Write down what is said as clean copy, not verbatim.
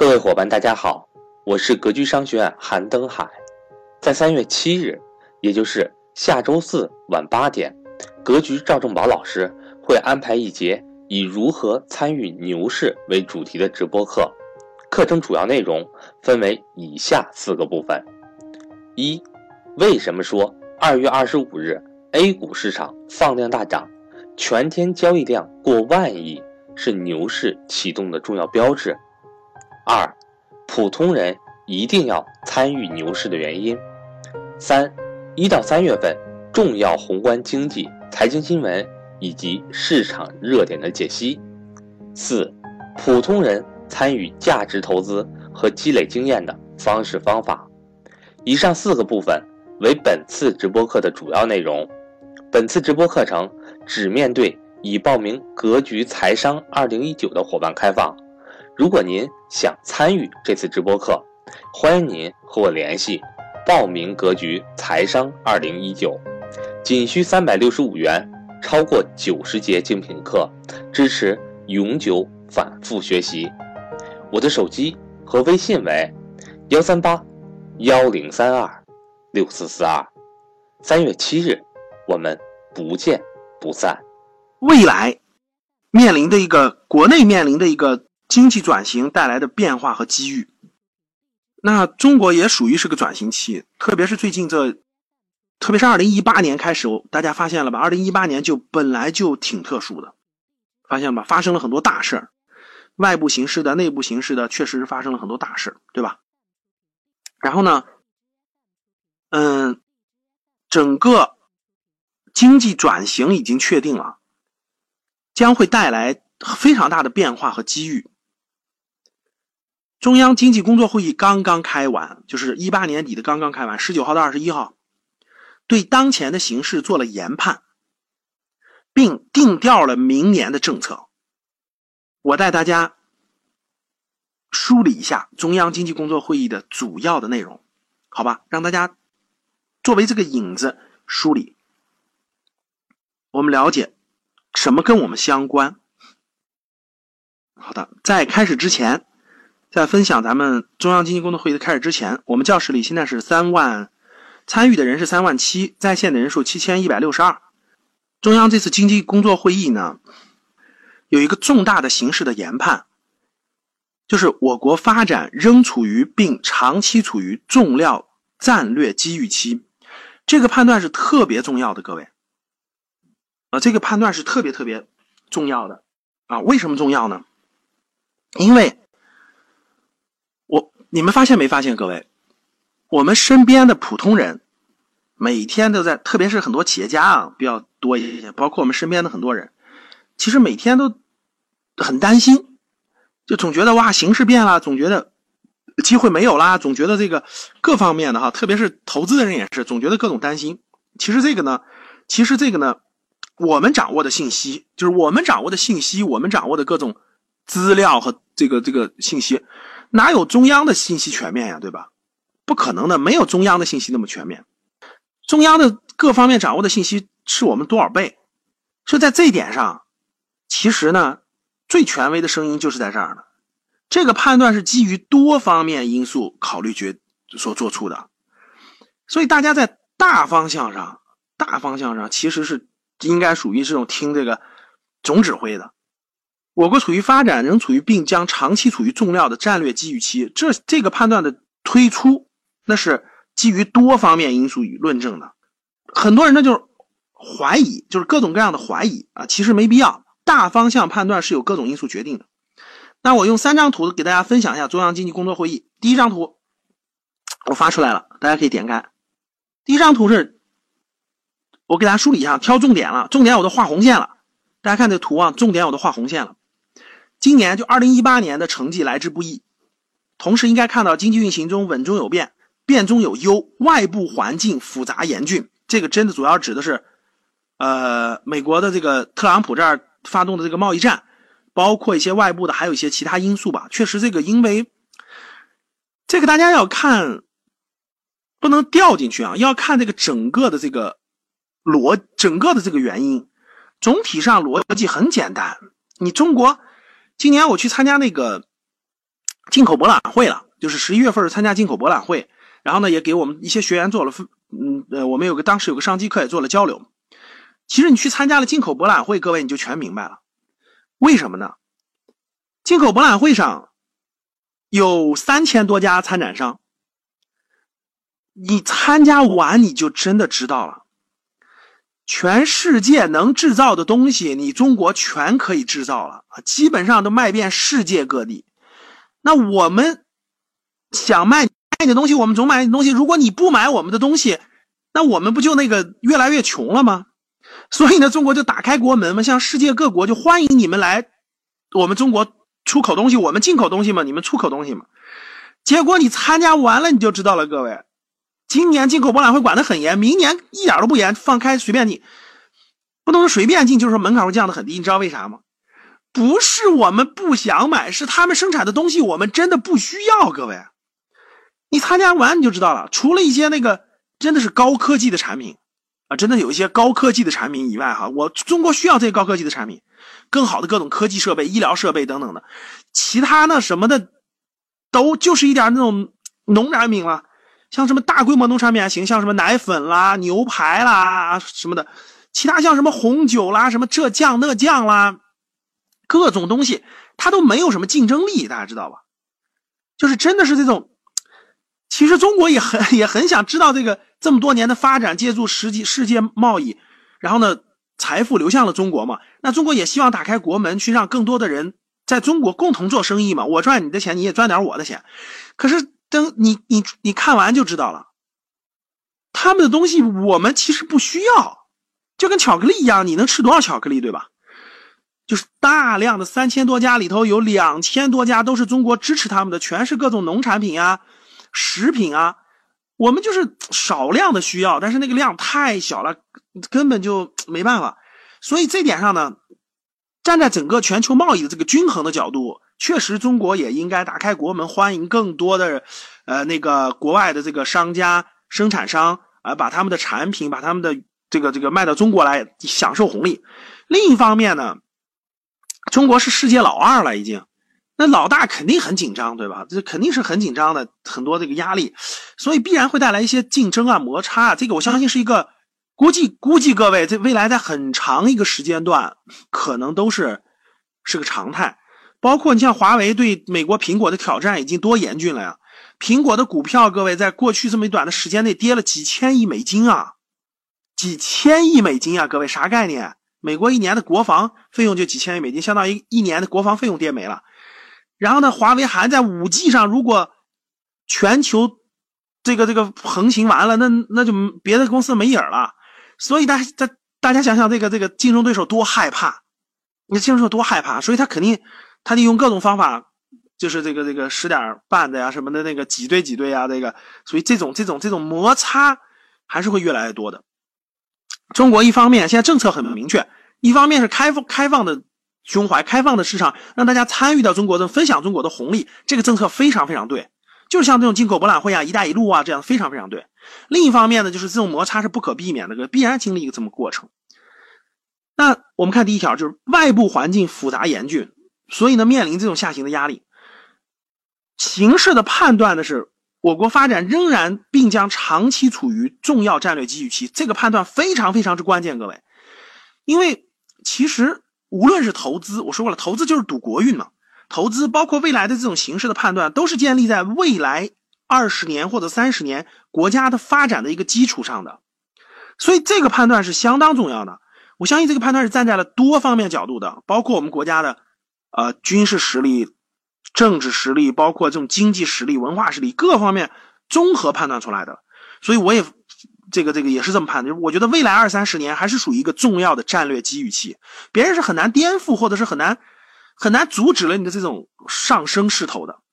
各位伙伴大家好，我是格局商学院韩登海。在3月7日，也就是下周四晚8点，格局赵正宝老师会安排一节以如何参与牛市为主题的直播课。课程主要内容分为以下4个部分。一、为什么说2月25日 A 股市场放量大涨，全天交易量过万亿是牛市启动的重要标志。2、普通人一定要参与牛市的原因。3、1到3月份重要宏观经济、财经新闻以及市场热点的解析。4、普通人参与价值投资和积累经验的方式方法。以上4个部分为本次直播课的主要内容。本次直播课程只面对已报名格局财商2019的伙伴开放。如果您想参与这次直播课，欢迎您和我联系报名格局财商2019，仅需365元，超过90节精品课，支持永久反复学习。我的手机和微信为13810326442。3月7日，我们不见不散。 未来国内面临的一个经济转型带来的变化和机遇，那中国也属于是个转型期，特别是2018年开始，大家发现了吧？2018年本来就挺特殊的，发现了吧？发生了很多大事儿，外部形势的、内部形势的，确实发生了很多大事，对吧？然后呢，整个经济转型已经确定了，将会带来非常大的变化和机遇。中央经济工作会议刚刚开完，就是18年底的刚刚开完，19号到21号，对当前的形势做了研判，并定调了明年的政策。我带大家梳理一下中央经济工作会议的主要的内容，好吧？让大家作为这个引子梳理，我们了解什么跟我们相关。好的，在开始之前，在分享咱们中央经济工作会议的开始之前，我们教室里现在是3万，参与的人是3万7，在线的人数7162。中央这次经济工作会议呢，有一个重大的形势的研判，就是我国发展仍处于并长期处于重要战略机遇期。这个判断是特别重要的，各位。这个判断是特别重要的为什么重要呢？因为你们发现没发现，各位，我们身边的普通人每天都在，特别是很多企业家比较多一些，包括我们身边的很多人，其实每天都很担心，就总觉得形势变了，总觉得机会没有啦，总觉得这个各方面的特别是投资的人也是总觉得各种担心。其实这个呢，我们掌握的信息，就是我们掌握的信息，我们掌握的各种资料和这个信息，哪有中央的信息全面呀，对吧？不可能的，没有中央的信息那么全面。中央的各方面掌握的信息是我们多少倍？所以在这一点上，其实呢，最权威的声音就是在这儿呢。这个判断是基于多方面因素考虑所做出的。所以大家在大方向上其实是应该属于这种听这个总指挥的。我国处于发展仍处于并将长期处于重要的战略机遇期，这个判断的推出，那是基于多方面因素与论证的。很多人呢就是怀疑，就是各种各样的怀疑其实没必要。大方向判断是由各种因素决定的。那我用3张图给大家分享一下中央经济工作会议。第一张图我发出来了，大家可以点开。第一张图是我给大家梳理一下，挑重点了，重点我都画红线了。大家看这个图重点我都画红线了。今年就2018年的成绩来之不易，同时应该看到经济运行中稳中有变，变中有优，外部环境复杂严峻。这个真的主要指的是美国的这个特朗普这儿发动的这个贸易战，包括一些外部的还有一些其他因素吧。确实这个因为这个大家要看，不能掉进去要看这个整个的这个原因。总体上逻辑很简单，你中国今年我去参加那个进口博览会了，就是11月份参加进口博览会，然后呢也给我们一些学员做了我们当时有个商机课也做了交流。其实你去参加了进口博览会，各位你就全明白了。为什么呢？进口博览会上有3000多家参展商，你参加完你就真的知道了，全世界能制造的东西你中国全可以制造了，基本上都卖遍世界各地。那我们想卖你的东西，我们总买你的东西，如果你不买我们的东西，那我们不就越来越穷了吗？所以呢，中国就打开国门嘛，向世界各国就欢迎你们来我们中国出口东西，我们进口东西嘛，你们出口东西嘛。结果你参加完了你就知道了，各位，今年进口博览会管得很严，明年一点都不严，放开随便进。不能说随便进，就是说门槛会降得很低。你知道为啥吗？不是我们不想买，是他们生产的东西我们真的不需要。各位，你参加完你就知道了，除了一些真的是高科技的产品啊，真的有一些高科技的产品以外哈，我中国需要这些高科技的产品，更好的各种科技设备、医疗设备等等的，其他呢什么的都就是一点那种农产品了，像什么大规模农产品还行，像什么奶粉啦、牛排啦什么的，其他像什么红酒啦、什么这酱那酱啦，各种东西它都没有什么竞争力，大家知道吧？就是真的是这种，其实中国也很想知道这么多年的发展，借助世界贸易，然后呢财富流向了中国嘛，那中国也希望打开国门，去让更多的人在中国共同做生意嘛，我赚你的钱，你也赚点我的钱。可是等你看完就知道了，他们的东西我们其实不需要，就跟巧克力一样，你能吃多少巧克力，对吧？就是大量的3000多家里头有2000多家都是中国支持他们的，全是各种农产品啊、食品啊，我们就是少量的需要，但是那个量太小了，根本就没办法。所以这点上呢，站在整个全球贸易的这个均衡的角度，确实中国也应该打开国门，欢迎更多的国外的这个商家、生产商把他们的产品、把他们的这个卖到中国来享受红利。另一方面呢，中国是世界老二了已经，那老大肯定很紧张，对吧？这肯定是很紧张的，很多这个压力，所以必然会带来一些竞争啊、摩擦啊。这个我相信是一个估计各位这未来在很长一个时间段可能都是个常态。包括你像华为对美国苹果的挑战已经多严峻了呀！苹果的股票，各位在过去这么短的时间内跌了几千亿美金啊，几千亿美金啊！各位啥概念？美国一年的国防费用就几千亿美金，相当于一年的国防费用跌没了。然后呢，华为还在 5G 上，如果全球这个横行完了，那就别的公司没影了。所以大家想想这个竞争对手多害怕，你竞争对手多害怕，所以他肯定他得用各种方法，就是这个10点半的呀什么的挤兑啊所以这种摩擦还是会越来越多的。中国一方面现在政策很明确，一方面是开放的胸怀、开放的市场，让大家参与到中国的分享中国的红利，这个政策非常非常对，就是像这种进口博览会啊、一带一路啊这样非常非常对。另一方面呢，就是这种摩擦是不可避免的，必然经历一个这么过程。那我们看第一条，就是外部环境复杂严峻，所以呢面临这种下行的压力。形势的判断的是我国发展仍然并将长期处于重要战略机遇期，这个判断非常非常之关键，各位。因为其实无论是投资，我说过了，投资就是赌国运嘛，投资包括未来的这种形势的判断，都是建立在未来20年或者30年国家的发展的一个基础上的，所以这个判断是相当重要的。我相信这个判断是站在了多方面角度的，包括我们国家的军事实力、政治实力，包括这种经济实力、文化实力各方面综合判断出来的。所以我也这个也是这么判断，我觉得未来20-30年还是属于一个重要的战略机遇期，别人是很难颠覆或者是很难阻止了你的这种上升势头的。